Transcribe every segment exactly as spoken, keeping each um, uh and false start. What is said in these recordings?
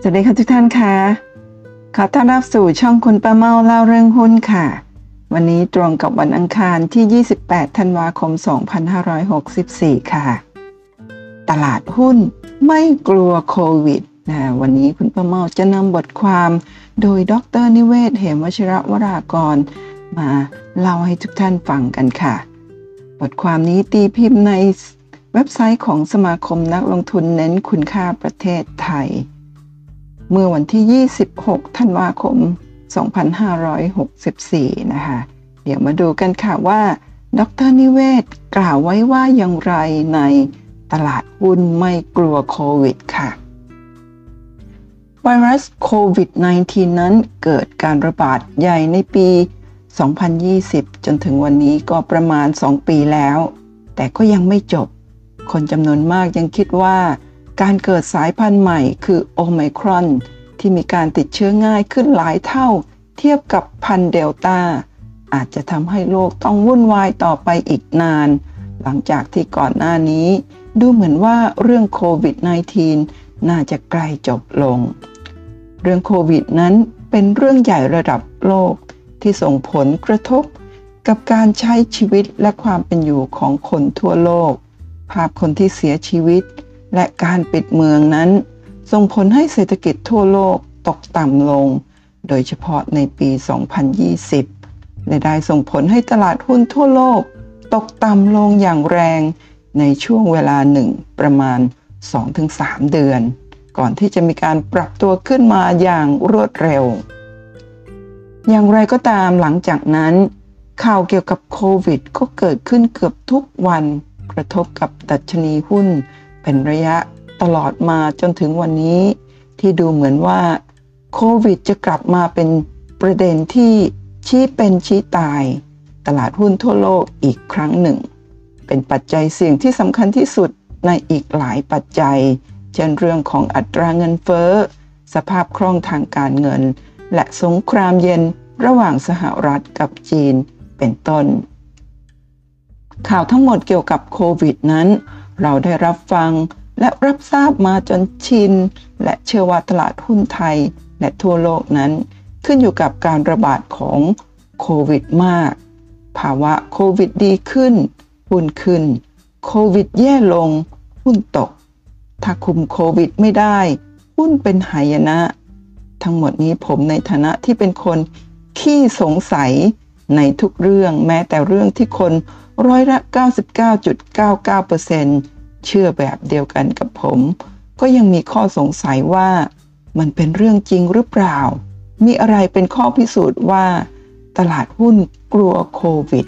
วัสดีค่ะทุกท่านค่ะขอต้อนรับสู่ช่องคุณป้าเมาเล่าเรื่องหุ้นค่ะวันนี้ตรงกับวันอังคารที่ยี่สิบแปดธันวาคมสองพันห้าร้อยหกสิบสี่ค่ะตลาดหุ้นไม่กลัวโควิดนะวันนี้คุณป้าเมาจะนำบทความโดยดร.นิเวศน์ เหมวชิรวรากรมาเล่าให้ทุกท่านฟังกันค่ะบทความนี้ตีพิมพ์ในเว็บไซต์ของสมาคมนักลงทุนเน้นคุณค่าประเทศไทยเมื่อวันที่ยี่สิบหกธันวาคมสองพันห้าร้อยหกสิบสี่นะคะเดี๋ยวมาดูกันค่ะว่าดร.นิเวศน์กล่าวไว้ว่าอย่างไรในตลาดหุ้นไม่กลัวโควิดค่ะไวรัสโควิด สิบเก้า นั้นเกิดการระบาดใหญ่ในปีสองพันยี่สิบจนถึงวันนี้ก็ประมาณสองปีแล้วแต่ก็ยังไม่จบคนจำนวนมากยังคิดว่าการเกิดสายพันธุ์ใหม่คือโอไมครอนที่มีการติดเชื้อง่ายขึ้นหลายเท่าเทียบกับพันธุ์เดลต้าอาจจะทำให้โลกต้องวุ่นวายต่อไปอีกนานหลังจากที่ก่อนหน้านี้ดูเหมือนว่าเรื่องโควิด สิบเก้า น่าจะใกล้จบลงเรื่องโควิดนั้นเป็นเรื่องใหญ่ระดับโลกที่ส่งผลกระทบกับการใช้ชีวิตและความเป็นอยู่ของคนทั่วโลกภาพคนที่เสียชีวิตและการปิดเมืองนั้นส่งผลให้เศรษฐกิจทั่วโลกตกต่ำลงโดยเฉพาะในปีสองพันยี่สิบและได้ส่งผลให้ตลาดหุ้นทั่วโลกตกต่ำลงอย่างแรงในช่วงเวลาหนึ่งประมาณ สองถึงสาม เดือนก่อนที่จะมีการปรับตัวขึ้นมาอย่างรวดเร็วอย่างไรก็ตามหลังจากนั้นข่าวเกี่ยวกับโควิดก็เกิดขึ้นเกือบทุกวันกระทบกับดัชนีหุ้นเป็นระยะตลอดมาจนถึงวันนี้ที่ดูเหมือนว่าโควิดจะกลับมาเป็นประเด็นที่ชี้เป็นชี้ตายตลาดหุ้นทั่วโลกอีกครั้งหนึ่งเป็นปัจจัยเสี่ยงที่สำคัญที่สุดในอีกหลายปัจจัยเช่นเรื่องของอัตราเงินเฟ้อสภาพคล่องทางการเงินและสงครามเย็นระหว่างสหรัฐกับจีนเป็นต้นข่าวทั้งหมดเกี่ยวกับโควิดนั้นเราได้รับฟังและรับทราบมาจนชินและเชื่อว่าตลาดหุ้นไทยและทั่วโลกนั้นขึ้นอยู่กับการระบาดของโควิดมากภาวะโควิดดีขึ้นหุ้นขึ้นโควิดแย่ลงหุ้นตกถ้าคุมโควิดไม่ได้หุ้นเป็นหายนะทั้งหมดนี้ผมในฐานะที่เป็นคนขี้สงสัยในทุกเรื่องแม้แต่เรื่องที่คนร้อยละ เก้าสิบเก้าจุดเก้าเก้าเปอร์เซ็นต์ เชื่อแบบเดียวกันกับผมก็ยังมีข้อสงสัยว่ามันเป็นเรื่องจริงหรือเปล่ามีอะไรเป็นข้อพิสูจน์ว่าตลาดหุ้นกลัวโควิด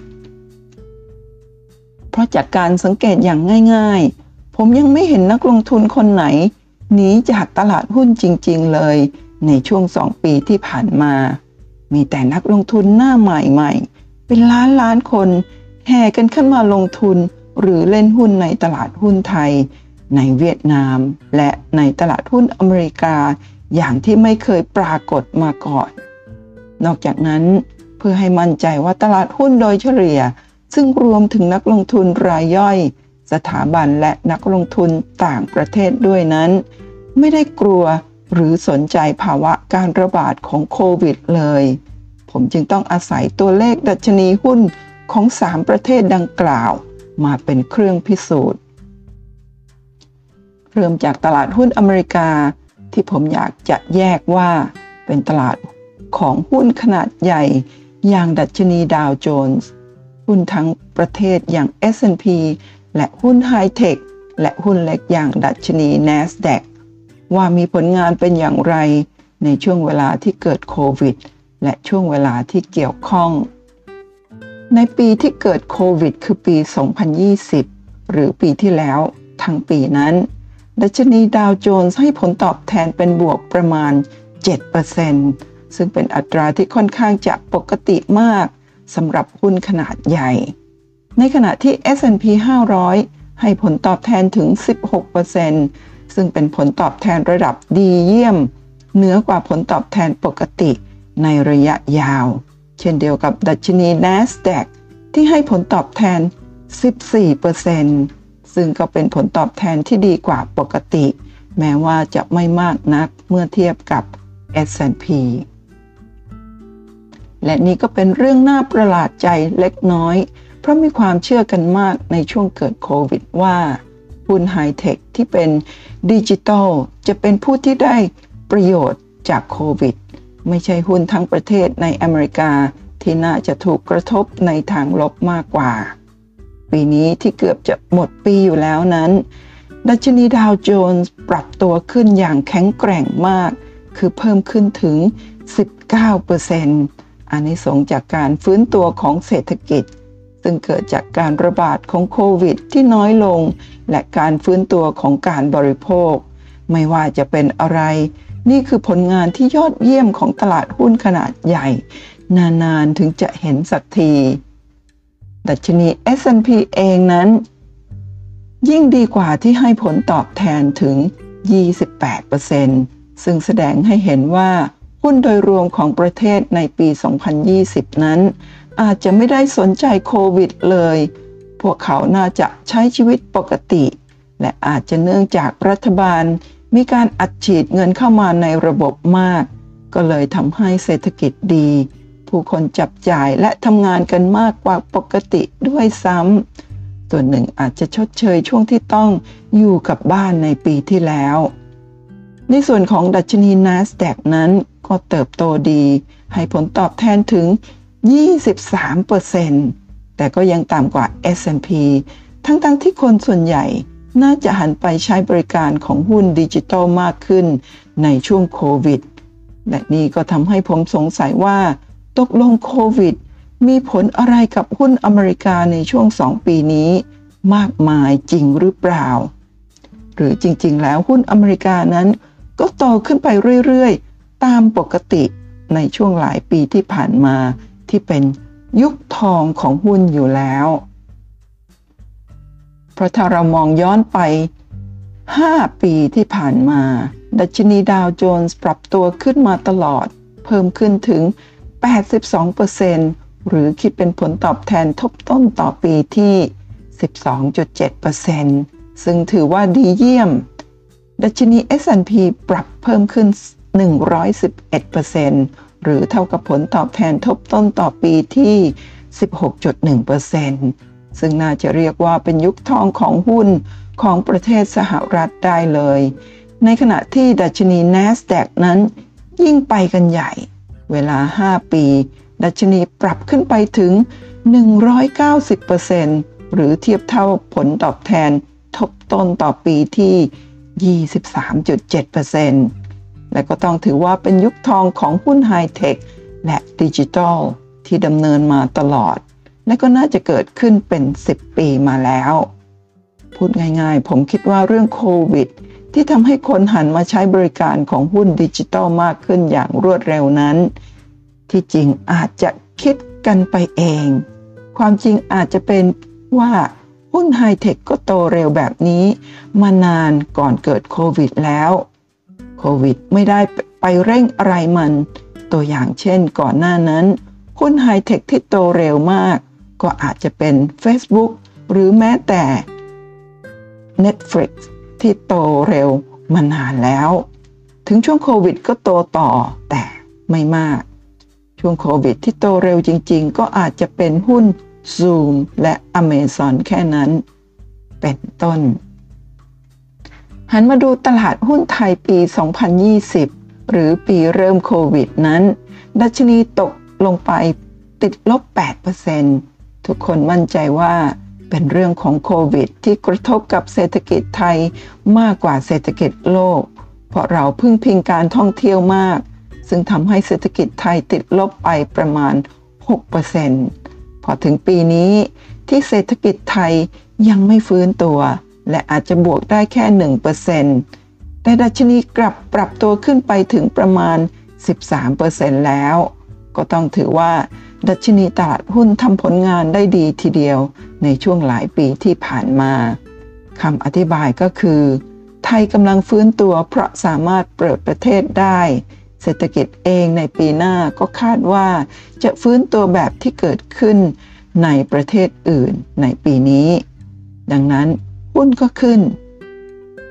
เพราะจากการสังเกตอย่างง่ายๆผมยังไม่เห็นนักลงทุนคนไหนหนีจากตลาดหุ้นจริงๆเลยในช่วงสองปีที่ผ่านมามีแต่นักลงทุนหน้าใหม่ๆเป็นล้านล้านคนแห่กันขึ้นมาลงทุนหรือเล่นหุ้นในตลาดหุ้นไทยในเวียดนามและในตลาดหุ้นอเมริกาอย่างที่ไม่เคยปรากฏมาก่อนนอกจากนั้นเพื่อให้มั่นใจว่าตลาดหุ้นโดยเฉลี่ยซึ่งรวมถึงนักลงทุนรายย่อยสถาบันและนักลงทุนต่างประเทศด้วยนั้นไม่ได้กลัวหรือสนใจภาวะการระบาดของโควิดเลยผมจึงต้องอาศัยตัวเลขดัชนีหุ้นของสามประเทศดังกล่าวมาเป็นเครื่องพิสูจน์เริ่มจากตลาดหุ้นอเมริกาที่ผมอยากจะแยกว่าเป็นตลาดของหุ้นขนาดใหญ่อย่างดัชนีดาวโจนส์หุ้นทั้งประเทศอย่าง เอส แอนด์ พี และหุ้นไฮเทคและหุ้นเล็กอย่างดัชนี NASDAQ ว่ามีผลงานเป็นอย่างไรในช่วงเวลาที่เกิดโควิดและช่วงเวลาที่เกี่ยวข้องในปีที่เกิดโควิดคือปีสองพันยี่สิบหรือปีที่แล้วทั้งปีนั้นดัชนีดาวโจนส์ให้ผลตอบแทนเป็นบวกประมาณ เจ็ดเปอร์เซ็นต์ ซึ่งเป็นอัตราที่ค่อนข้างจะปกติมากสำหรับหุ้นขนาดใหญ่ในขณะที่ เอส แอนด์ พี ห้าร้อยให้ผลตอบแทนถึง สิบหกเปอร์เซ็นต์ ซึ่งเป็นผลตอบแทนระดับดีเยี่ยมเหนือกว่าผลตอบแทนปกติในระยะยาวเช่นเดียวกับดัชนี NASDAQ ที่ให้ผลตอบแทน สิบสี่เปอร์เซ็นต์ ซึ่งก็เป็นผลตอบแทนที่ดีกว่าปกติแม้ว่าจะไม่มากนักเมื่อเทียบกับ เอส แอนด์ พี และนี่ก็เป็นเรื่องน่าประหลาดใจเล็กน้อยเพราะมีความเชื่อกันมากในช่วงเกิดโควิดว่าหุ้นไฮเทคที่เป็นดิจิทัลจะเป็นผู้ที่ได้ประโยชน์จากโควิดไม่ใช่หุ้นทั้งประเทศในอเมริกาที่น่าจะถูกกระทบในทางลบมากกว่าปีนี้ที่เกือบจะหมดปีอยู่แล้วนั้นดัชนีดาวโจนส์ปรับตัวขึ้นอย่างแข็งแกร่งมากคือเพิ่มขึ้นถึง สิบเก้าเปอร์เซ็นต์ อานิสงส์จากการฟื้นตัวของเศรษฐกิจซึ่งเกิดจากการระบาดของโควิดที่น้อยลงและการฟื้นตัวของการบริโภคไม่ว่าจะเป็นอะไรนี่คือผลงานที่ยอดเยี่ยมของตลาดหุ้นขนาดใหญ่นานๆถึงจะเห็นสักทีดัชนี เอส แอนด์ พี เองนั้นยิ่งดีกว่าที่ให้ผลตอบแทนถึง ยี่สิบแปดเปอร์เซ็นต์ ซึ่งแสดงให้เห็นว่าหุ้นโดยรวมของประเทศในปี สองพันยี่สิบ นั้นอาจจะไม่ได้สนใจโควิดเลยพวกเขาน่าจะใช้ชีวิตปกติและอาจจะเนื่องจากรัฐบาลมีการอัดฉีดเงินเข้ามาในระบบมากก็เลยทำให้เศรษฐกิจดีผู้คนจับจ่ายและทำงานกันมากกว่าปกติด้วยซ้ำส่วนหนึ่งอาจจะชดเชยช่วงที่ต้องอยู่กับบ้านในปีที่แล้วในส่วนของดัชนี NASDAQ นั้นก็เติบโตดีให้ผลตอบแทนถึง ยี่สิบสามเปอร์เซ็นต์ แต่ก็ยังต่ำกว่า เอส แอนด์ พี ทั้งๆ ท, ที่คนส่วนใหญ่น่าจะหันไปใช้บริการของหุ้นดิจิทัลมากขึ้นในช่วงโควิดและนี่ก็ทำให้ผมสงสัยว่าตกลงโควิดมีผลอะไรกับหุ้นอเมริกาในช่วงสองปีนี้มากมายจริงหรือเปล่าหรือจริงๆแล้วหุ้นอเมริกานั้นก็โตขึ้นไปเรื่อยๆตามปกติในช่วงหลายปีที่ผ่านมาที่เป็นยุคทองของหุ้นอยู่แล้วเพราะถ้าเรามองย้อนไปห้าปีที่ผ่านมาดัชนีดาวโจนส์ปรับตัวขึ้นมาตลอดเพิ่มขึ้นถึง แปดสิบสองเปอร์เซ็นต์ หรือคิดเป็นผลตอบแทนทบต้นต่อปีที่ สิบสองจุดเจ็ดเปอร์เซ็นต์ ซึ่งถือว่าดีเยี่ยมดัชนี เอส แอนด์ พี ปรับเพิ่มขึ้น หนึ่งร้อยสิบเอ็ดเปอร์เซ็นต์ หรือเท่ากับผลตอบแทนทบต้นต่อปีที่ สิบหกจุดหนึ่งเปอร์เซ็นต์ ซึ่งน่าจะเรียกว่าเป็นยุคทองของหุ้นของประเทศสหรัฐได้เลยในขณะที่ดัชนี NASDAQ นั้นยิ่งไปกันใหญ่เวลาห้าปีดัชนีปรับขึ้นไปถึง หนึ่งร้อยเก้าสิบเปอร์เซ็นต์ หรือเทียบเท่าผลตอบแทนทบต้นต่อปีที่ ยี่สิบสามจุดเจ็ดเปอร์เซ็นต์ และก็ต้องถือว่าเป็นยุคทองของหุ้นไฮเทคและดิจิทัลที่ดำเนินมาตลอดและก็น่าจะเกิดขึ้นเป็นสิบปีมาแล้วพูดง่ายๆผมคิดว่าเรื่องโควิดที่ทำให้คนหันมาใช้บริการของหุ้นดิจิทัลมากขึ้นอย่างรวดเร็วนั้นที่จริงอาจจะคิดกันไปเองความจริงอาจจะเป็นว่าหุ้นไฮเทคก็โตเร็วแบบนี้มานานก่อนเกิดโควิดแล้วโควิดไม่ได้ไปเร่งอะไรมันตัวอย่างเช่นก่อนหน้านั้นหุ้นไฮเทคที่โตเร็วมากก็อาจจะเป็น Facebook หรือแม้แต่ Netflix ที่โตเร็วมานานแล้วถึงช่วงโควิดก็โตต่อแต่ไม่มากช่วงโควิดที่โตเร็วจริงๆก็อาจจะเป็นหุ้น Zoom และ Amazon แค่นั้นเป็นต้นหันมาดูตลาดหุ้นไทยปี สองพันยี่สิบ หรือปีเริ่มโควิดนั้นดัชนีตกลงไปติดลบ แปดเปอร์เซ็นต์ ทุกคนมั่นใจว่าเป็นเรื่องของโควิดที่กระทบกับเศรษฐกิจไทยมากกว่าเศรษฐกิจโลกเพราะเราพึ่งพิงการท่องเที่ยวมากซึ่งทำให้เศรษฐกิจไทยติดลบไปประมาณ หกเปอร์เซ็นต์ พอถึงปีนี้ที่เศรษฐกิจไทยยังไม่ฟื้นตัวและอาจจะบวกได้แค่ หนึ่งเปอร์เซ็นต์ แต่ดัชนีกลับปรับตัวขึ้นไปถึงประมาณ สิบสามเปอร์เซ็นต์ แล้วก็ต้องถือว่าดัชนีตลาดหุ้นทำผลงานได้ดีทีเดียวในช่วงหลายปีที่ผ่านมาคำอธิบายก็คือไทยกำลังฟื้นตัวเพราะสามารถเปิดประเทศได้เศรษฐกิจเองในปีหน้าก็คาดว่าจะฟื้นตัวแบบที่เกิดขึ้นในประเทศอื่นในปีนี้ดังนั้นหุ้นก็ขึ้น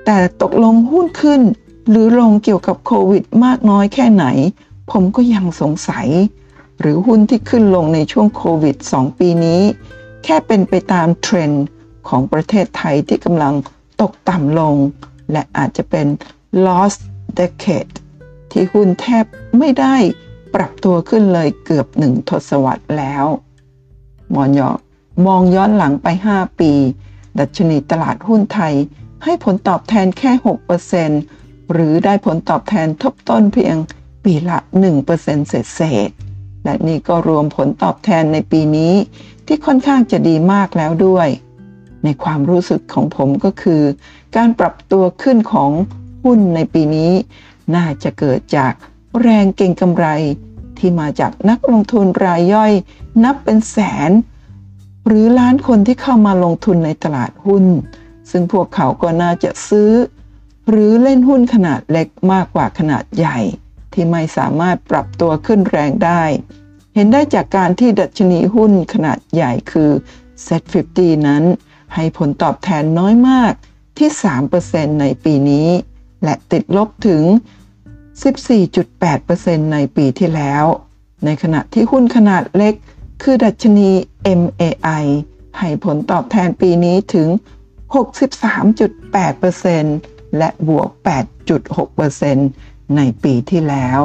แต่ตกลงหุ้นขึ้นหรือลงเกี่ยวกับโควิดมากน้อยแค่ไหนผมก็ยังสงสัยหรือหุ้นที่ขึ้นลงในช่วงโควิดสองปีนี้แค่เป็นไปตามเทรนด์ของประเทศไทยที่กำลังตกต่ำลงและอาจจะเป็น lost decade ที่หุ้นแทบไม่ได้ปรับตัวขึ้นเลยเกือบหนึ่งทศวรรษแล้วมองย้อนมองย้อนหลังไปห้าปีดัชนีตลาดหุ้นไทยให้ผลตอบแทนแค่ หกเปอร์เซ็นต์ หรือได้ผลตอบแทนทบต้นเพียงปีละ หนึ่งเปอร์เซ็นต์ เศษๆและนี่ก็รวมผลตอบแทนในปีนี้ที่ค่อนข้างจะดีมากแล้วด้วยในความรู้สึกของผมก็คือการปรับตัวขึ้นของหุ้นในปีนี้น่าจะเกิดจากแรงเก็งกำไรที่มาจากนักลงทุนรายย่อยนับเป็นแสนหรือล้านคนที่เข้ามาลงทุนในตลาดหุ้นซึ่งพวกเขาก็น่าจะซื้อหรือเล่นหุ้นขนาดเล็กมากกว่าขนาดใหญ่ที่ไม่สามารถปรับตัวขึ้นแรงได้เห็นได้จากการที่ดัชนีหุ้นขนาดใหญ่คือ เซ็ต ห้าสิบ นั้นให้ผลตอบแทนน้อยมากที่ สามเปอร์เซ็นต์ ในปีนี้และติดลบถึง สิบสี่จุดแปดเปอร์เซ็นต์ ในปีที่แล้วในขณะที่หุ้นขนาดเล็กคือดัชนี เอ็ม เอ ไอ ให้ผลตอบแทนปีนี้ถึง หกสิบสามจุดแปดเปอร์เซ็นต์ และบวก แปดจุดหกเปอร์เซ็นต์ ในปีที่แล้ว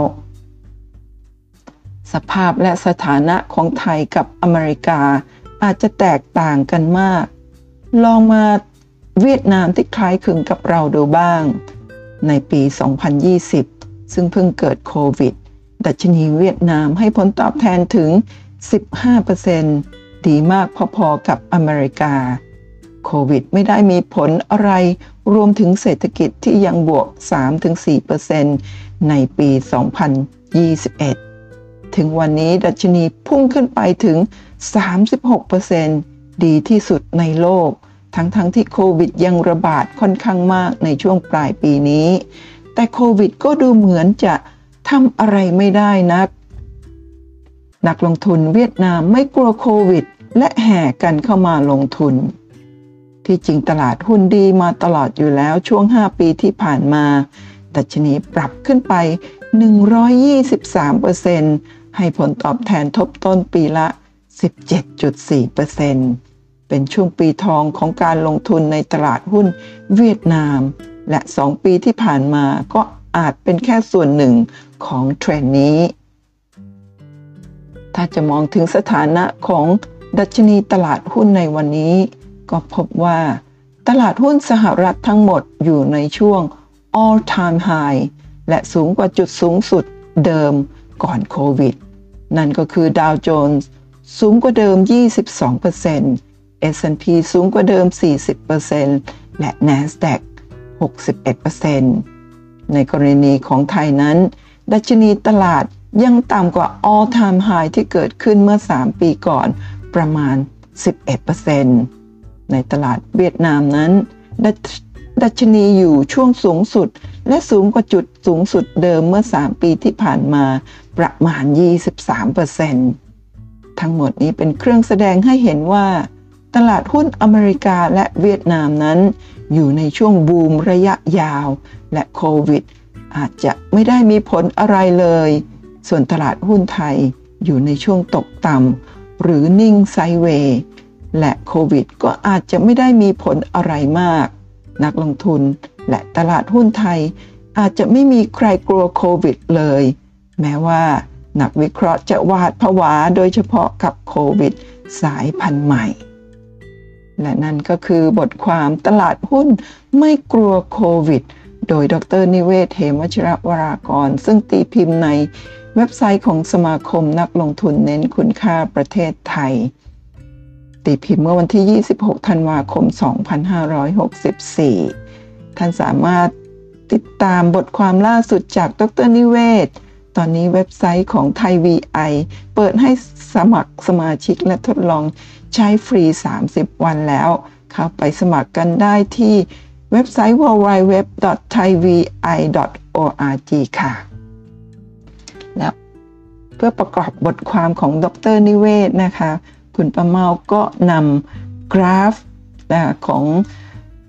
สภาพและสถานะของไทยกับอเมริกาอาจจะแตกต่างกันมากลองมาเวียดนามที่คล้ายคลึงกับเราดูบ้างในปีสองพันยี่สิบซึ่งเพิ่งเกิดโควิดดัชนีเวียดนามให้ผลตอบแทนถึง สิบห้าเปอร์เซ็นต์ ดีมากพอๆกับอเมริกาโควิดไม่ได้มีผลอะไรรวมถึงเศรษฐกิจที่ยังบวก สามถึงสี่เปอร์เซ็นต์ ในปีสองพันยี่สิบเอ็ดถึงวันนี้ดัชนีพุ่งขึ้นไปถึง สามสิบหกเปอร์เซ็นต์ ดีที่สุดในโลกทั้งๆ ท, ที่โควิดยังระบาดค่อนข้างมากในช่วงปลายปีนี้แต่โควิดก็ดูเหมือนจะทำอะไรไม่ได้นักนักลงทุนเวียดนามไม่กลัวโควิดและแห่กันเข้ามาลงทุนที่จริงตลาดหุ้นดีมาตลอดอยู่แล้วช่วงห้าปีที่ผ่านมาดัชนีปรับขึ้นไป หนึ่งร้อยยี่สิบสามเปอร์เซ็นต์ ให้ผลตอบแทนทบต้นปีละ สิบเจ็ดจุดสี่เปอร์เซ็นต์ เป็นช่วงปีทองของการลงทุนในตลาดหุ้นเวียดนามและสองปีที่ผ่านมาก็อาจเป็นแค่ส่วนหนึ่งของเทรนด์นี้ถ้าจะมองถึงสถานะของดัชนีตลาดหุ้นในวันนี้ก็พบว่าตลาดหุ้นสหรัฐทั้งหมดอยู่ในช่วง all time high และสูงกว่าจุดสูงสุดเดิมก่อนโควิดนั่นก็คือดาวโจนส์สูงกว่าเดิม ยี่สิบสองเปอร์เซ็นต์ เอส แอนด์ พี สูงกว่าเดิม สี่สิบเปอร์เซ็นต์ และ NASDAQ หกสิบเอ็ดเปอร์เซ็นต์ ในกรณีของไทยนั้นดัชนีตลาดยังต่ำกว่า all time high ที่เกิดขึ้นเมื่อสามปีก่อนประมาณ สิบเอ็ดเปอร์เซ็นต์ ในตลาดเวียดนามนั้นดัชนีอยู่ช่วงสูงสุดและสูงกว่าจุดสูงสุดเดิมเมื่อสามปีที่ผ่านมาประมาณ ยี่สิบสามเปอร์เซ็นต์ ทั้งหมดนี้เป็นเครื่องแสดงให้เห็นว่าตลาดหุ้นอเมริกาและเวียดนามนั้นอยู่ในช่วงบูมระยะยาวและโควิดอาจจะไม่ได้มีผลอะไรเลยส่วนตลาดหุ้นไทยอยู่ในช่วงตกต่ำหรือนิ่งไซด์เวย์และโควิดก็อาจจะไม่ได้มีผลอะไรมากนักลงทุนและตลาดหุ้นไทยอาจจะไม่มีใครกลัวโควิดเลยแม้ว่านักวิเคราะห์จะหวาดผวาโดยเฉพาะกับโควิดสายพันธุ์ใหม่และนั่นก็คือบทความตลาดหุ้นไม่กลัวโควิดโดยดร.นิเวศ เหมวชิรวรากรซึ่งตีพิมพ์ในเว็บไซต์ของสมาคมนักลงทุนเน้นคุณค่าประเทศไทยตีพิมพ์เมื่อวันที่ ยี่สิบหก ธันวาคม สองพันห้าร้อยหกสิบสี่ ท่านสามารถติดตามบทความล่าสุดจากดร.นิเวศตอนนี้เว็บไซต์ของไทย วี ไอ เปิดให้สมัครสมาชิกและทดลองใช้ฟรีสามสิบวันแล้วเข้าไปสมัครกันได้ที่เว็บไซต์ ดับเบิลยู ดับเบิลยู ดับเบิลยู ดอท ไทย วี ไอ ดอท โอ อาร์ จี ค่ะแล้วเพื่อประกอบบทความของดร.นิเวศนะคะคุณประเมาก็นำกราฟของ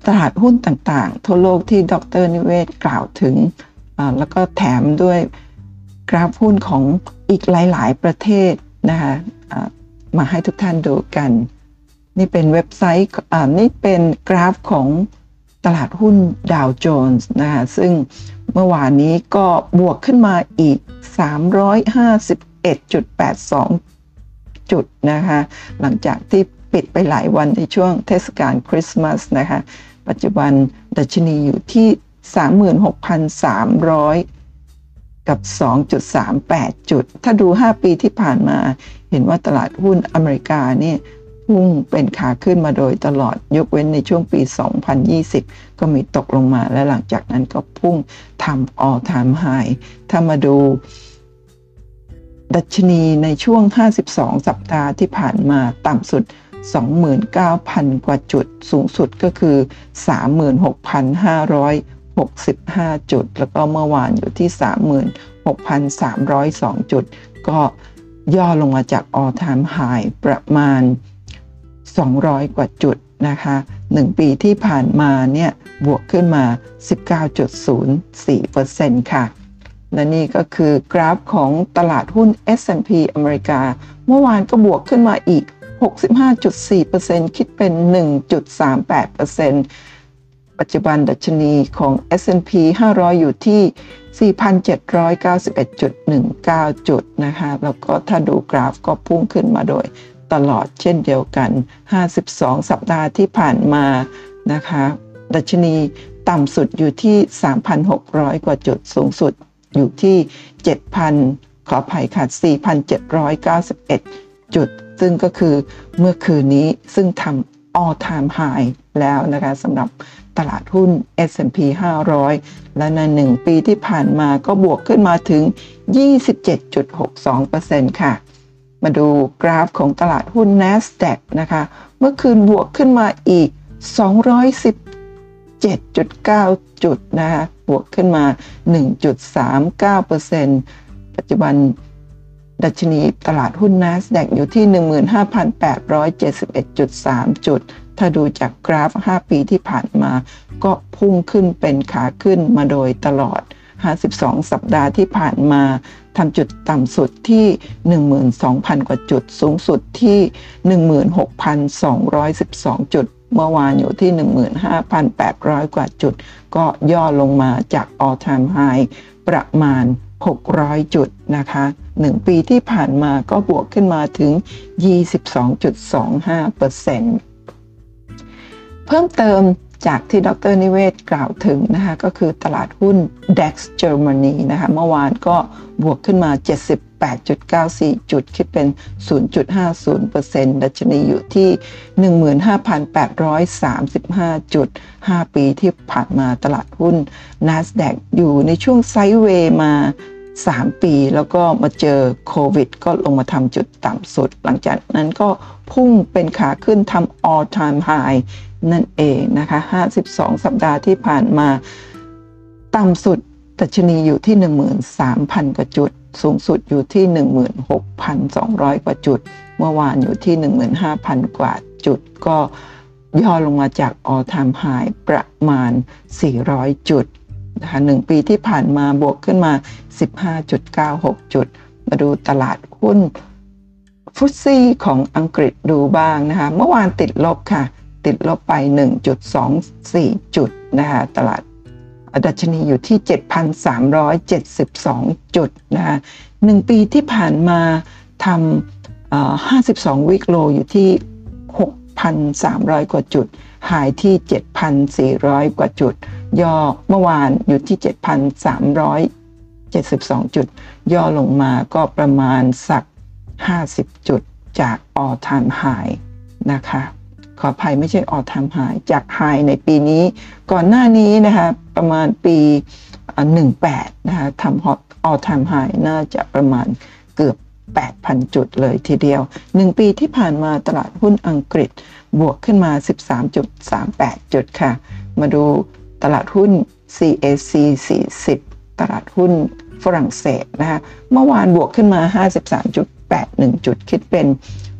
ตลาดหุ้นต่างๆทั่วโลกที่ดร.นิเวศกล่าวถึงแล้วก็แถมด้วยกราฟหุ้นของอีกหลายๆประเทศนะคะมาให้ทุกท่านดูกันนี่เป็นเว็บไซต์นี่เป็นกราฟของตลาดหุ้นดาวโจนส์นะคะซึ่งเมื่อวานนี้ก็บวกขึ้นมาอีก สามร้อยห้าสิบเอ็ดจุดแปดสอง จุดนะคะหลังจากที่ปิดไปหลายวันในช่วงเทศกาลคริสต์มาสนะคะปัจจุบันดัชนีอยู่ที่ สามหมื่นหกพันสามร้อย กับ สองจุดสามแปด จุดถ้าดูห้าปีที่ผ่านมาเห็นว่าตลาดหุ้นอเมริกาเนี่ยพุ่งเป็นขาขึ้นมาโดยตลอดยกเว้นในช่วงปีสองพันยี่สิบก็มีตกลงมาและหลังจากนั้นก็พุ่งทำ all time high ถ้ามาดูดัชนีในช่วงห้าสิบสองสัปดาห์ที่ผ่านมาต่ำสุด สองหมื่นเก้าพัน กว่าจุดสูงสุดก็คือ สามหมื่นหกพันห้าร้อยหกสิบห้า จุดแล้วก็เมื่อวานอยู่ที่ สามหมื่นหกพันสามร้อยสอง จุดก็ย่อลงมาจาก all time high ประมาณสองร้อยกว่าจุดนะคะหนึ่งปีที่ผ่านมาเนี่ยบวกขึ้นมา สิบเก้าจุดศูนย์สี่เปอร์เซ็นต์ ค่ะและนี่ก็คือกราฟของตลาดหุ้น เอส แอนด์ พี อเมริกาเมื่อวานก็บวกขึ้นมาอีก หกสิบห้าจุดสี่เปอร์เซ็นต์ คิดเป็น หนึ่งจุดสามแปดเปอร์เซ็นต์ ปัจจุบันดัชนีของ เอส แอนด์ พี ห้าร้อยอยู่ที่ สี่พันเจ็ดร้อยเก้าสิบเอ็ดจุดหนึ่งเก้า จุดนะคะแล้วก็ถ้าดูกราฟก็พุ่งขึ้นมาโดยตลอดเช่นเดียวกันห้าสิบสองสัปดาห์ที่ผ่านมานะคะดัชนีต่ำสุดอยู่ที่ สามพันหกร้อย กว่าจุดสูงสุดอยู่ที่ เจ็ดพัน ขออภัยค่ะ สี่พันเจ็ดร้อยเก้าสิบเอ็ด จุดซึ่งก็คือเมื่อคืนนี้ซึ่งทำ all time high แล้วนะคะสำหรับตลาดหุ้น เอส แอนด์ พี ห้าร้อยและในหนึ่งปีที่ผ่านมาก็บวกขึ้นมาถึง ยี่สิบเจ็ดจุดหกสองเปอร์เซ็นต์ ค่ะมาดูกราฟของตลาดหุ้น NASDAQ นะคะเมื่อคืนบวกขึ้นมาอีก สองร้อยสิบเจ็ดจุดเก้า จุดนะคะบวกขึ้นมา หนึ่งจุดสามเก้าเปอร์เซ็นต์ ปัจจุบันดัชนีตลาดหุ้น NASDAQ อยู่ที่ หนึ่งหมื่นห้าพันแปดร้อยเจ็ดสิบเอ็ดจุดสาม จุดถ้าดูจากกราฟห้าปีที่ผ่านมาก็พุ่งขึ้นเป็นขาขึ้นมาโดยตลอดห้าสิบสองสัปดาห์ที่ผ่านมาทำจุดต่ำสุดที่ หนึ่งหมื่นสองพัน กว่าจุดสูงสุดที่ หนึ่งหมื่นหกพันสองร้อยสิบสอง จุดเมื่อวานอยู่ที่ หนึ่งหมื่นห้าพันแปดร้อย กว่าจุดก็ย่อลงมาจาก all time high ประมาณหกร้อยจุดนะคะหนึ่งปีที่ผ่านมาก็บวกขึ้นมาถึง ยี่สิบสองจุดสองห้าเปอร์เซ็นต์ เพิ่มเติมจากที่ดร.นิเวศกล่าวถึงนะคะก็คือตลาดหุ้น ดัค Germany นะคะเมื่อวานก็บวกขึ้นมา เจ็ดสิบแปดจุดเก้าสี่ จุดคิดเป็น ศูนย์จุดห้าศูนย์เปอร์เซ็นต์ ดัชนีอยู่ที่ หนึ่งหมื่นห้าพันแปดร้อยสามสิบห้า จุดห้าปีที่ผ่านมาตลาดหุ้น NASDAQ อยู่ในช่วงไซด์เวย์มาสามปีแล้วก็มาเจอโควิดก็ลงมาทำจุดต่ำสุดหลังจากนั้นก็พุ่งเป็นขาขึ้นทำ all time high นั่นเองนะคะห้าสิบสองสัปดาห์ที่ผ่านมาต่ำสุดดัชนีอยู่ที่ หนึ่งหมื่นสามพัน กว่าจุดสูงสุดอยู่ที่ หนึ่งหมื่นหกพันสองร้อย กว่าจุดเมื่อวานอยู่ที่ หนึ่งหมื่นห้าพัน กว่าจุดก็ย่อลงมาจาก all time high ประมาณสี่ร้อยจุดนะคะหนึ่งปีที่ผ่านมาบวกขึ้นมา สิบห้าจุดเก้าหก จุดมาดูตลาดหุ้นฟุตซี่ของอังกฤษดูบ้างนะคะเมื่อวานติดลบค่ะติดลบไป หนึ่งจุดสองสี่ จุดนะคะตลาดดัชนีอยู่ที่ เจ็ดพันสามร้อยเจ็ดสิบสอง จุดนะคะหนึ่งปีที่ผ่านมาทำห้าสิบสอง week low อยู่ที่ หกพันสามร้อย กว่าจุดหายที่ เจ็ดพันสี่ร้อย กว่าจุดย่อเมื่อวานอยู่ที่ เจ็ดพันสามร้อยเจ็ดสิบสอง จุดย่อลงมาก็ประมาณสักห้าสิบจุดจาก all time high นะคะขออภัยไม่ใช่ all time high จาก high ในปีนี้ก่อนหน้านี้นะคะประมาณปีสิบแปดนะคะทำ all time high น่าจะประมาณเกือบ แปดพัน จุดเลยทีเดียวหนึ่งปีที่ผ่านมาตลาดหุ้นอังกฤษบวกขึ้นมา สิบสามจุดสามแปด จุดค่ะมาดูตลาดหุ้น ซี เอ ซี สี่สิบ ตลาดหุ้นฝรั่งเศสนะคะเมื่อวานบวกขึ้นมา ห้าสิบสามจุดแปดหนึ่ง จุดคิดเป็น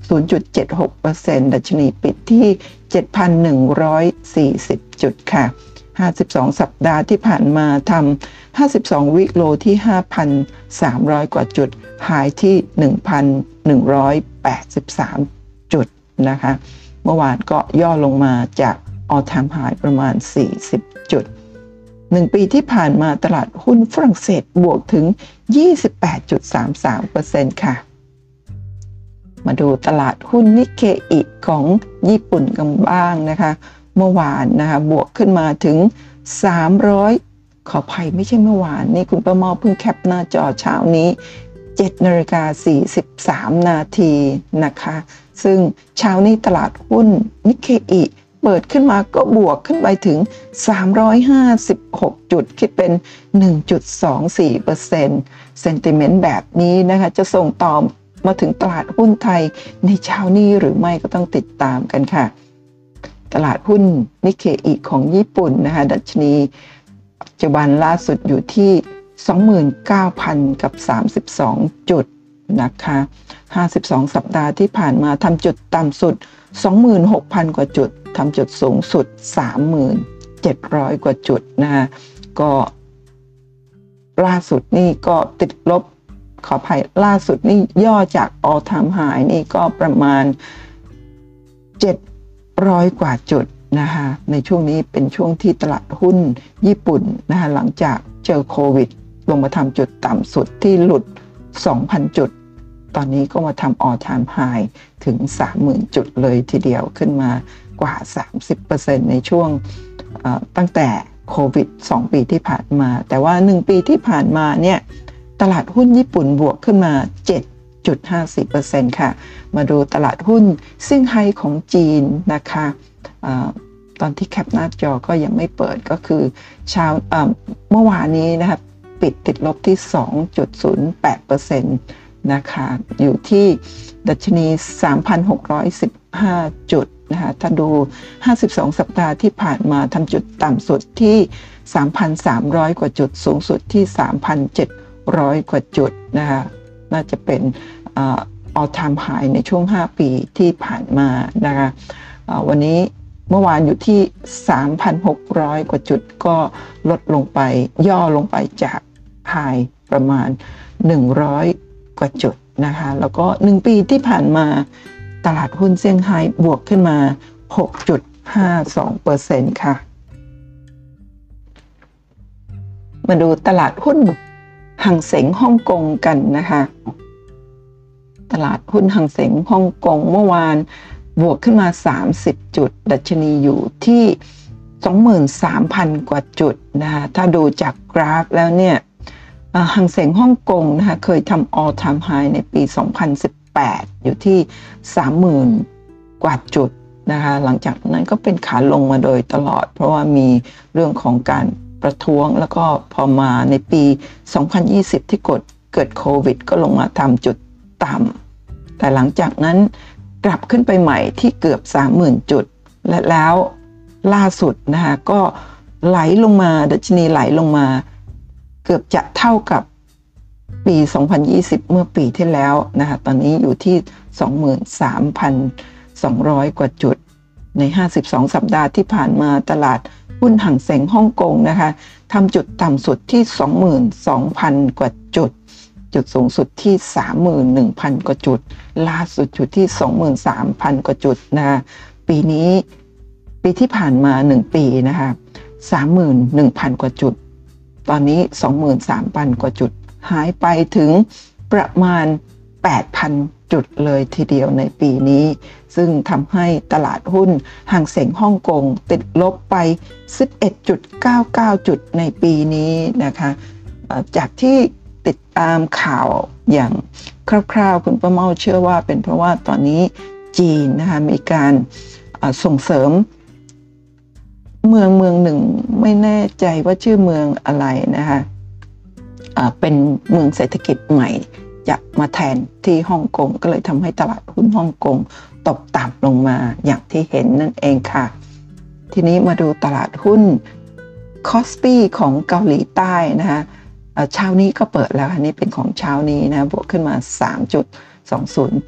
ศูนย์จุดเจ็ดหกเปอร์เซ็นต์ ดัชนีปิดที่ เจ็ดพันหนึ่งร้อยสี่สิบ จุดค่ะห้าสิบสองสัปดาห์ที่ผ่านมาทำห้าสิบสองวิกโลที่ ห้าพันสามร้อย กว่าจุดหายที่ หนึ่งพันหนึ่งร้อยแปดสิบสาม จุดนะคะเมื่อวานก็ย่อลงมาจาก all time high ประมาณสี่สิบจุดหนึ่งปีที่ผ่านมาตลาดหุ้นฝรั่งเศสบวกถึง ยี่สิบแปดจุดสามสามเปอร์เซ็นต์ ค่ะมาดูตลาดหุ้นนิเคอิของญี่ปุ่นกันบ้างนะคะเมื่อวานนะคะบวกขึ้นมาถึงสามร้อยขออภัยไม่ใช่เมื่อวานนี่คุณประมอเพิ่งแคปหน้าจอเช้านี้เจ็ดนาฬิกาสี่สิบสามนาทีนะคะซึ่งเช้านี้ตลาดหุ้นนิเคอิเปิดขึ้นมาก็บวกขึ้นไปถึงสามร้อยห้าสิบหกจุดคิดเป็น หนึ่งจุดสองสี่เปอร์เซ็นต์ เซนติเมนต์แบบนี้นะคะจะส่งต่อมาถึงตลาดหุ้นไทยในเช้านี้หรือไม่ก็ต้องติดตามกันค่ะตลาดหุ้นนิเคอิของญี่ปุ่นนะคะดัชนีปัจจุบันล่าสุดอยู่ที่ สองหมื่นเก้าพัน กับสามสิบสองจุดนะคะห้าสิบสองสัปดาห์ที่ผ่านมาทำจุดต่ำสุด สองหมื่นหกพัน กว่าจุดทำจุดสูงสุด สามหมื่นเจ็ดร้อย กว่าจุดนะคะก็ล่าสุดนี่ก็ติดลบขออภัยล่าสุดนี่ย่อจาก all time high นี่ก็ประมาณเจ็ดร้อยกว่าจุดนะคะในช่วงนี้เป็นช่วงที่ตลาดหุ้นญี่ปุ่นนะคะหลังจากเจอโควิดลงมาทำจุดต่ำสุดที่หลุด สองพัน จุดตอนนี้ก็มาทำ all time high ถึง สามหมื่น จุดเลยทีเดียวขึ้นมากว่า สามสิบเปอร์เซ็นต์ ในช่วงตั้งแต่โควิดสองปีที่ผ่านมาแต่ว่าหนึ่งปีที่ผ่านมาเนี่ยตลาดหุ้นญี่ปุ่นบวกขึ้นมา เจ็ดจุดห้าสี่เปอร์เซ็นต์ ค่ะมาดูตลาดหุ้นเซี่ยงไฮ้ของจีนนะคะอะตอนที่แคปหน้าจอก็ยังไม่เปิดก็คือเช้าเมื่อวานนี้นะคะปิดติดลบที่ สองจุดศูนย์แปดเปอร์เซ็นต์ นะคะอยู่ที่ดัชนี สามพันหกร้อยสิบห้า จุดนะคะถ้าดูห้าสิบสองสัปดาห์ที่ผ่านมาทำจุดต่ำสุดที่ สามพันสามร้อย กว่าจุดสูงสุดที่ สามพันเจ็ดร้อย กว่าจุดนะคะน่าจะเป็น all time high ในช่วงห้าปีที่ผ่านมานะคะวันนี้เมื่อวานอยู่ที่ สามพันหกร้อย กว่าจุดก็ลดลงไปย่อลงไปจาก high ประมาณหนึ่งร้อยกว่าจุดนะคะแล้วก็หนึ่งปีที่ผ่านมาตลาดหุ้นเซี่ยงไฮ้บวกขึ้นมา หกจุดห้าสองเปอร์เซ็นต์ ค่ะมาดูตลาดหุ้นหังเส็งฮ่องกงกันนะคะตลาดหุ้นหังเส็งฮ่องกงเมื่อวานบวกขึ้นมาสามสิบจุดดัชนีอยู่ที่ สองหมื่นสามพัน กว่าจุดนะคะถ้าดูจากกราฟแล้วเนี่ยหังเส็งฮ่องกงนะคะเคยทำ all time high ในปี สองพันสิบแปด อยู่ที่ สามหมื่น กว่าจุดนะคะหลังจากนั้นก็เป็นขาลงมาโดยตลอดเพราะว่ามีเรื่องของการประท้วงแล้วก็พอมาในปี สองพันยี่สิบ ที่กดเกิดโควิดก็ลงมาทำจุดต่ำแต่หลังจากนั้นกลับขึ้นไปใหม่ที่เกือบ สามหมื่น จุดและแล้วล่าสุดนะคะก็ไหลลงมาดัชนีไหลลงมาเกือบจะเท่ากับปี สองพันยี่สิบ เมื่อปีที่แล้วนะคะตอนนี้อยู่ที่ สองหมื่นสามพันสองร้อย กว่าจุดในห้าสิบสองสัปดาห์ที่ผ่านมาตลาดหุ้นหังเส็งฮ่องกงนะคะทำจุดต่ำสุดที่ สองหมื่นสองพัน กว่าจุดจุดสูงสุดที่ สามหมื่นหนึ่งพัน กว่าจุดล่าสุดอยู่ที่ สองหมื่นสามพัน กว่าจุดนะคะปีนี้ปีที่ผ่านมาหนึ่งปีนะคะ สามหมื่นหนึ่งพัน กว่าจุดตอนนี้ สองหมื่นสามพัน กว่าจุดหายไปถึงประมาณ แปดพัน จุดเลยทีเดียวในปีนี้ซึ่งทำให้ตลาดหุ้นหังเส็งฮ่องกงติดลบไป สิบเอ็ดจุดเก้าเก้า จุดในปีนี้นะคะจากที่ติดตามข่าวอย่างคร่าวๆคุณป้าเมาเชื่อว่าเป็นเพราะว่าตอนนี้จีนนะคะมีการส่งเสริมเมืองเมืองหนึ่งไม่แน่ใจว่าชื่อเมืองอะไรนะคะเป็นเมืองเศรษฐกิจใหม่จะมาแทนที่ฮ่องกงก็เลยทำให้ตลาดหุ้นฮ่องกงตกต่ำลงมาอย่างที่เห็นนั่นเองค่ะทีนี้มาดูตลาดหุ้นคอสปีของเกาหลีใต้นะคะเช้านี้ก็เปิดแล้วอันนี้เป็นของเช้านี้นะบวกขึ้นมา สามจุดสองศูนย์ จุด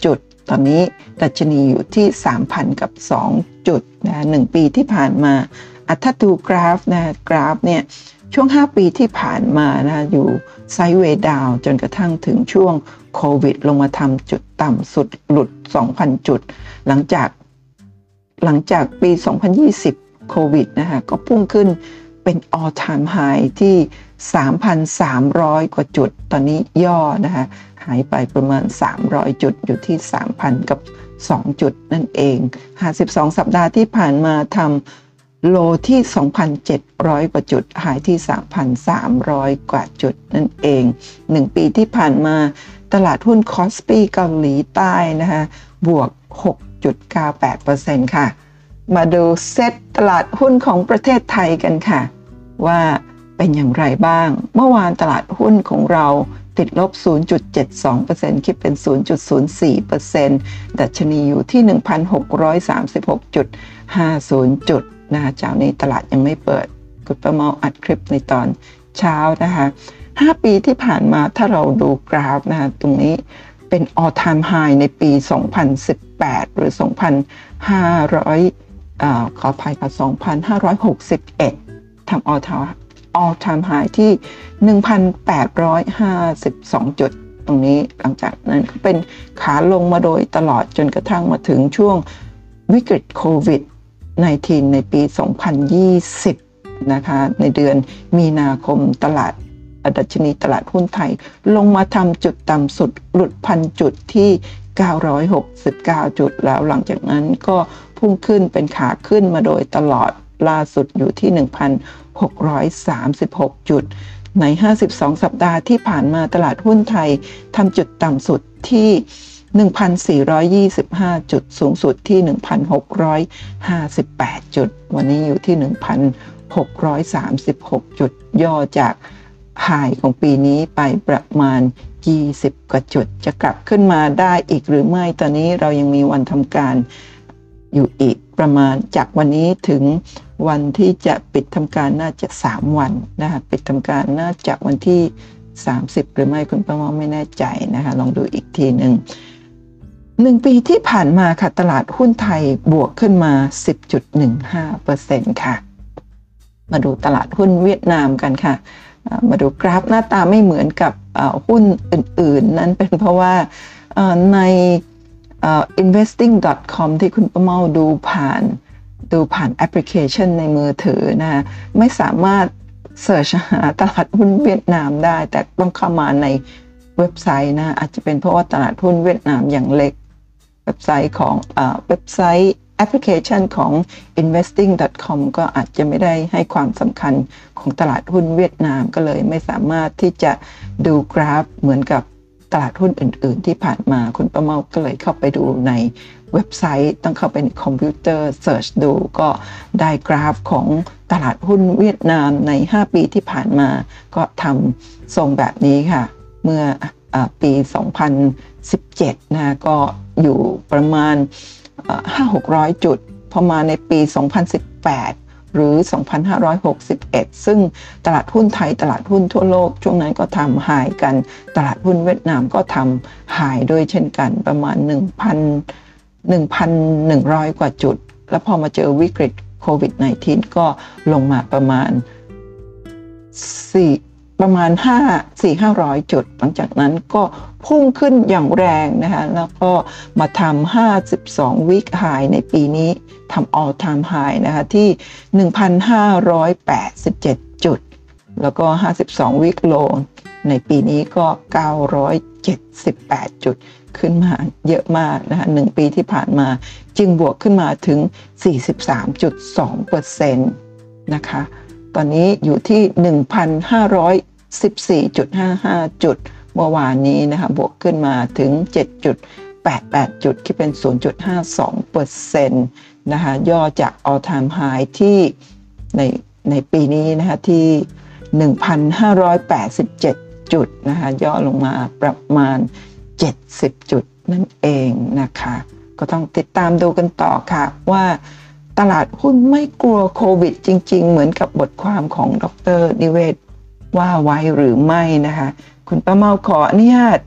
ตอนนี้ดัชนีอยู่ที่ สามพัน กับสองจุดนะหนึ่งปีที่ผ่านมาอ่ะถ้าดูกราฟนะกราฟเนี่ยช่วงห้าปีที่ผ่านมานะอยู่ไซด์เวย์ดาวจนกระทั่งถึงช่วงโควิดลงมาทำจุดต่ำสุดหลุด สองพัน จุดหลังจากหลังจากปี สองพันยี่สิบ โควิดนะคะก็พุ่งขึ้นเป็น all time high ที่ สามพันสามร้อย กว่าจุดตอนนี้ย่อนะคะหายไปประมาณสามร้อยจุดอยู่ที่ สามพัน กับสองจุดนั่นเองห้าสิบสองสัปดาห์ที่ผ่านมาทำโลที่ สองพันเจ็ดร้อย กว่าจุดหายที่ สามพันสามร้อย กว่าจุดนั่นเองหนึ่งปีที่ผ่านมาตลาดหุ้นคอสปีเกาหลีใต้นะคะบวก หกจุดเก้าแปดเปอร์เซ็นต์ ค่ะมาดูเซ็ตตลาดหุ้นของประเทศไทยกันค่ะว่าเป็นอย่างไรบ้างเมื่อวานตลาดหุ้นของเราติดลบ ศูนย์จุดเจ็ดสองเปอร์เซ็นต์ คิดเป็น ศูนย์จุดศูนย์สี่เปอร์เซ็นต์ ดัชนีอยู่ที่ หนึ่งพันหกร้อยสามสิบหกจุดห้าศูนย์ จุดนะคะเจ้านี้ตลาดยังไม่เปิดคุณประเมาอัดคลิปในตอนเช้านะคะห้าปีที่ผ่านมาถ้าเราดูกราฟนะคะตรงนี้เป็น all time high ในปี สองพันสิบแปด หรือ สองพันห้าร้อยอ่าขออภัยค่ะ สองพันห้าร้อยหกสิบเอ็ด ทำ all time all time high ที่ หนึ่งพันแปดร้อยห้าสิบสอง จุดตรงนี้หลังจากนั้นก็เป็นขาลงมาโดยตลอดจนกระทั่งมาถึงช่วงวิกฤตโควิด สิบเก้า ในปี สองพันยี่สิบ นะคะในเดือนมีนาคมตลาดดัชนีตลาดหุ้นไทยลงมาทำจุดต่ำสุดหลุดพันจุดที่เก้าร้อยหกสิบเก้าจุดแล้วหลังจากนั้นก็พุ่งขึ้นเป็นขาขึ้นมาโดยตลอดล่าสุดอยู่ที่ หนึ่งพันหกร้อยสามสิบหก จุดในห้าสิบสองสัปดาห์ที่ผ่านมาตลาดหุ้นไทยทำจุดต่ำสุดที่ หนึ่งพันสี่ร้อยยี่สิบห้า จุดสูงสุดที่ หนึ่งพันหกร้อยห้าสิบแปด จุดวันนี้อยู่ที่ หนึ่งพันหกร้อยสามสิบหก จุดย่อจากไฮของปีนี้ไปประมาณยี่สิบกว่าจุดจะกลับขึ้นมาได้อีกหรือไม่ตอนนี้เรายังมีวันทำการอยู่อีกประมาณจากวันนี้ถึงวันที่จะปิดทำการน่าจะสามวันนะคะปิดทำการน่าจะวันที่สามสิบหรือไม่คุณประมาไม่แน่ใจนะคะลองดูอีกทีหนึ่งหนึ่งปีที่ผ่านมาค่ะตลาดหุ้นไทยบวกขึ้นมา สิบจุดหนึ่งห้าเปอร์เซ็นต์ ค่ะมาดูตลาดหุ้นเวียดนามกันค่ะมาดูกราฟหน้าตาไม่เหมือนกับหุ้นอื่นๆนั้นเป็นเพราะว่าใน investing ดอท คอม ที่คุณประเมาดูผ่านดูผ่านแอปพลิเคชันในมือถือนะไม่สามารถเสิร์ชหาตลาดหุ้นเวียดนามได้แต่ต้องเข้ามาในเว็บไซต์นะอาจจะเป็นเพราะว่าตลาดหุ้นเวียดนามอย่างเล็กเว็บไซต์ของเอ่อเว็บไซต์แอปพลิเคชันของ investing ดอท คอม ก็อาจจะไม่ได้ให้ความสำคัญของตลาดหุ้นเวียดนามก็เลยไม่สามารถที่จะดูกราฟเหมือนกับตลาดหุ้นอื่นๆที่ผ่านมาคุณประเมาก็เลยเข้าไปดูในเว็บไซต์ต้องเข้าไปในคอมพิวเตอร์เสิร์ชดูก็ได้กราฟของตลาดหุ้นเวียดนามในห้าปีที่ผ่านมาก็ทำทรงแบบนี้ค่ะเมื่อปี สองพันสิบเจ็ด นะก็อยู่ประมาณ ห้าหกร้อย จุดพอมาในปี สองพันสิบแปด หรือ สองพันห้าร้อยหกสิบเอ็ด ซึ่งตลาดหุ้นไทยตลาดหุ้นทั่วโลกช่วงนั้นก็ทำไฮกันตลาดหุ้นเวียดนามก็ทำไฮด้วยเช่นกันประมาณ หนึ่งพัน หนึ่งพันหนึ่งร้อย กว่าจุดแล้วพอมาเจอวิกฤตโควิด สิบเก้า ก็ลงมาประมาณ4ประมาณห้า สี่ห้าร้อย จุดหลังจากนั้นก็พุ่งขึ้นอย่างแรงนะคะแล้วก็มาทำห้าสิบสอง week high ในปีนี้ทำ all time high นะคะที่ หนึ่งพันห้าร้อยแปดสิบเจ็ด จุดแล้วก็ห้าสิบสอง week low ในปีนี้ก็เก้าร้อยเจ็ดสิบแปด จุดขึ้นมาเยอะมากนะคะหนึ่งปีที่ผ่านมาจึงบวกขึ้นมาถึง สี่สิบสามจุดสองเปอร์เซ็นต์ นะคะตอนนี้อยู่ที่ หนึ่งพันห้าร้อยสิบสี่จุดห้าห้า จุดเมื่อวานนี้นะคะบวกขึ้นมาถึง เจ็ดจุดแปดแปด จุดคิดเป็น ศูนย์จุดห้าสองเปอร์เซ็นต์ นะคะย่อจาก all time high ที่ในในปีนี้นะคะที่ หนึ่งพันห้าร้อยแปดสิบเจ็ด จุดนะคะย่อลงมาประมาณเจ็ดสิบ จุดนั่นเองนะคะก็ต้องติดตามดูกันต่อค่ะว่าตลาดหุ้นไม่กลัวโควิดจริงๆเหมือนกับบทความของดร.นิเวศว่าไว้หรือไม่นะคะคุณป้าเมาขออนุญาต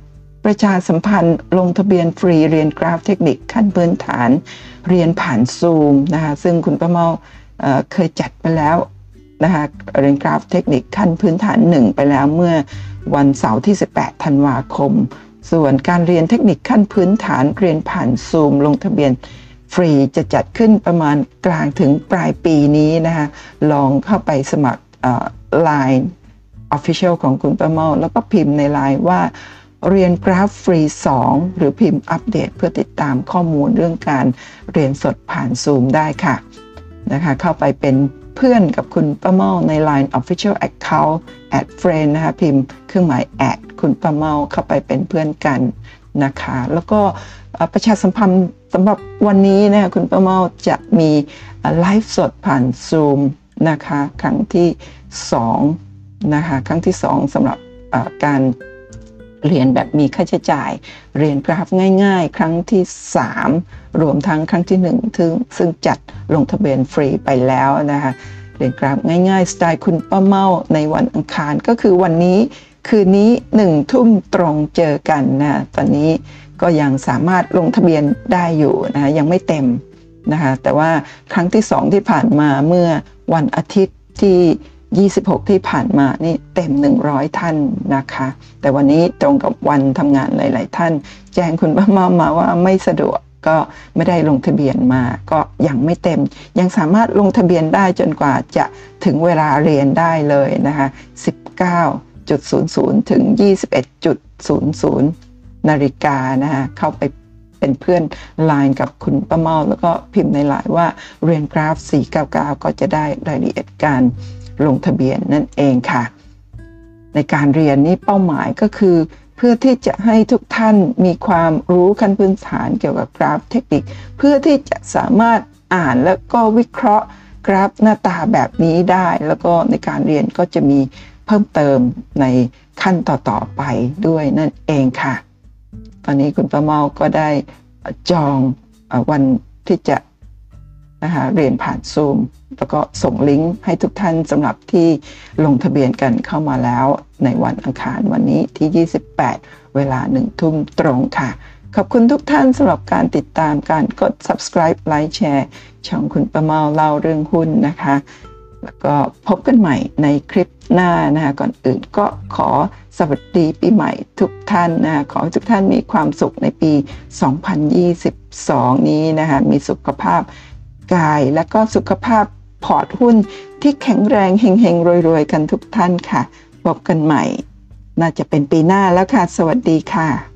ประชาสัมพันธ์ลงทะเบียนฟรีเรียนกราฟเทคนิคขั้นพื้นฐานเรียนผ่านซูมนะคะซึ่งคุณป้าเมาเอ่อเคยจัดไปแล้วนะคะเรียนกราฟเทคนิคขั้นพื้นฐานหนึ่งไปแล้วเมื่อวันเสาร์ที่สิบแปดธันวาคมส่วนการเรียนเทคนิคขั้นพื้นฐานเรียนผ่านซูมลงทะเบียนฟรีจะจัดขึ้นประมาณกลางถึงปลายปีนี้นะคะลองเข้าไปสมัครเอ่อ ไลน์ Official ของคุณป้าเมาแล้วก็พิมพ์ใน ไลน์ ว่าเรียนกราฟฟรีสองหรือพิมพ์อัปเดตเพื่อติดตามข้อมูลเรื่องการเรียนสดผ่านซูมได้ค่ะนะคะเข้าไปเป็นเพื่อนกับคุณป้าเมาใน ไลน์ Official Account add friend นะคะพิมพ์เครื่องหมาย แอด คุณป้าเมาเข้าไปเป็นเพื่อนกันนะคะแล้วก็ประชาสัมพันธ์สำหรับวันนี้นะคะคุณป้าเมาจะมีไลฟ์สดผ่านซูมนะคะครั้งที่สองนะคะครั้งที่สองสำหรับการเรียนแบบมีค่าใช้จ่ายเรียนกราฟง่ายๆครั้งที่สามรวมทั้งครั้งที่หนึ่งซึ่งซึ่งจัดลงทะเบียนฟรีไปแล้วนะคะเรียนกราฟง่ายๆสไตล์คุณป้าเมาในวันอังคารก็คือวันนี้คืนนี้หนึ่งทุ่มตรงเจอกันนะตอนนี้ก็ยังสามารถลงทะเบียนได้อยู่นะยังไม่เต็มนะคะแต่ว่าครั้งที่สองที่ผ่านมาเมื่อวันอาทิตย์ที่ยี่สิบหกที่ผ่านมานี่เต็มหนึ่งร้อยท่านนะคะแต่วันนี้ตรงกับวันทำงานหลายๆท่านแจ้งคุณป้าเมามาว่าไม่สะดวกก็ไม่ได้ลงทะเบียนมาก็ยังไม่เต็มยังสามารถลงทะเบียนได้จนกว่าจะถึงเวลาเรียนได้เลยนะคะสิบเก้านาฬิกา ถึง ยี่สิบเอ็ดนาฬิกานะคะเข้าไปเป็นเพื่อนไลน์กับคุณป้าเมาแล้วก็พิมพ์ในไลน์ว่าเรียนกราฟสี่เก้าเก้าก็จะได้รายละเอียดการลงทะเบียนนั่นเองค่ะในการเรียนนี้เป้าหมายก็คือเพื่อที่จะให้ทุกท่านมีความรู้ขั้นพื้นฐานเกี่ยวกับกราฟเทคนิคเพื่อที่จะสามารถอ่านแล้วก็วิเคราะห์กราฟหน้าตาแบบนี้ได้แล้วก็ในการเรียนก็จะมีเพิ่มเติมในขั้นต่อๆไปด้วยนั่นเองค่ะตอนนี้คุณป้าเมาก็ได้จองวันที่จะนะคะเรียนผ่านซูมแล้วก็ส่งลิงก์ให้ทุกท่านสำหรับที่ลงทะเบียนกันเข้ามาแล้วในวันอังคารวันนี้ที่ยี่สิบแปดเวลาหนึ่งทุ่มตรงค่ะขอบคุณทุกท่านสำหรับการติดตามการกด ซับสไครบ์ ไลค์ แชร์ช่องคุณป้าเมาเล่าเรื่องหุ้นนะคะแล้วก็พบกันใหม่ในคลิปหน้านะคะก่อนอื่นก็ขอสวัสดีปีใหม่ทุกท่านนะขอให้ทุกท่านมีความสุขในปีสองพันยี่สิบสองนี้นะคะมีสุขภาพกายและก็สุขภาพพอร์ตหุ้นที่แข็งแรงเฮงๆรวยๆกันทุกท่านค่ะพบกันใหม่น่าจะเป็นปีหน้าแล้วค่ะสวัสดีค่ะ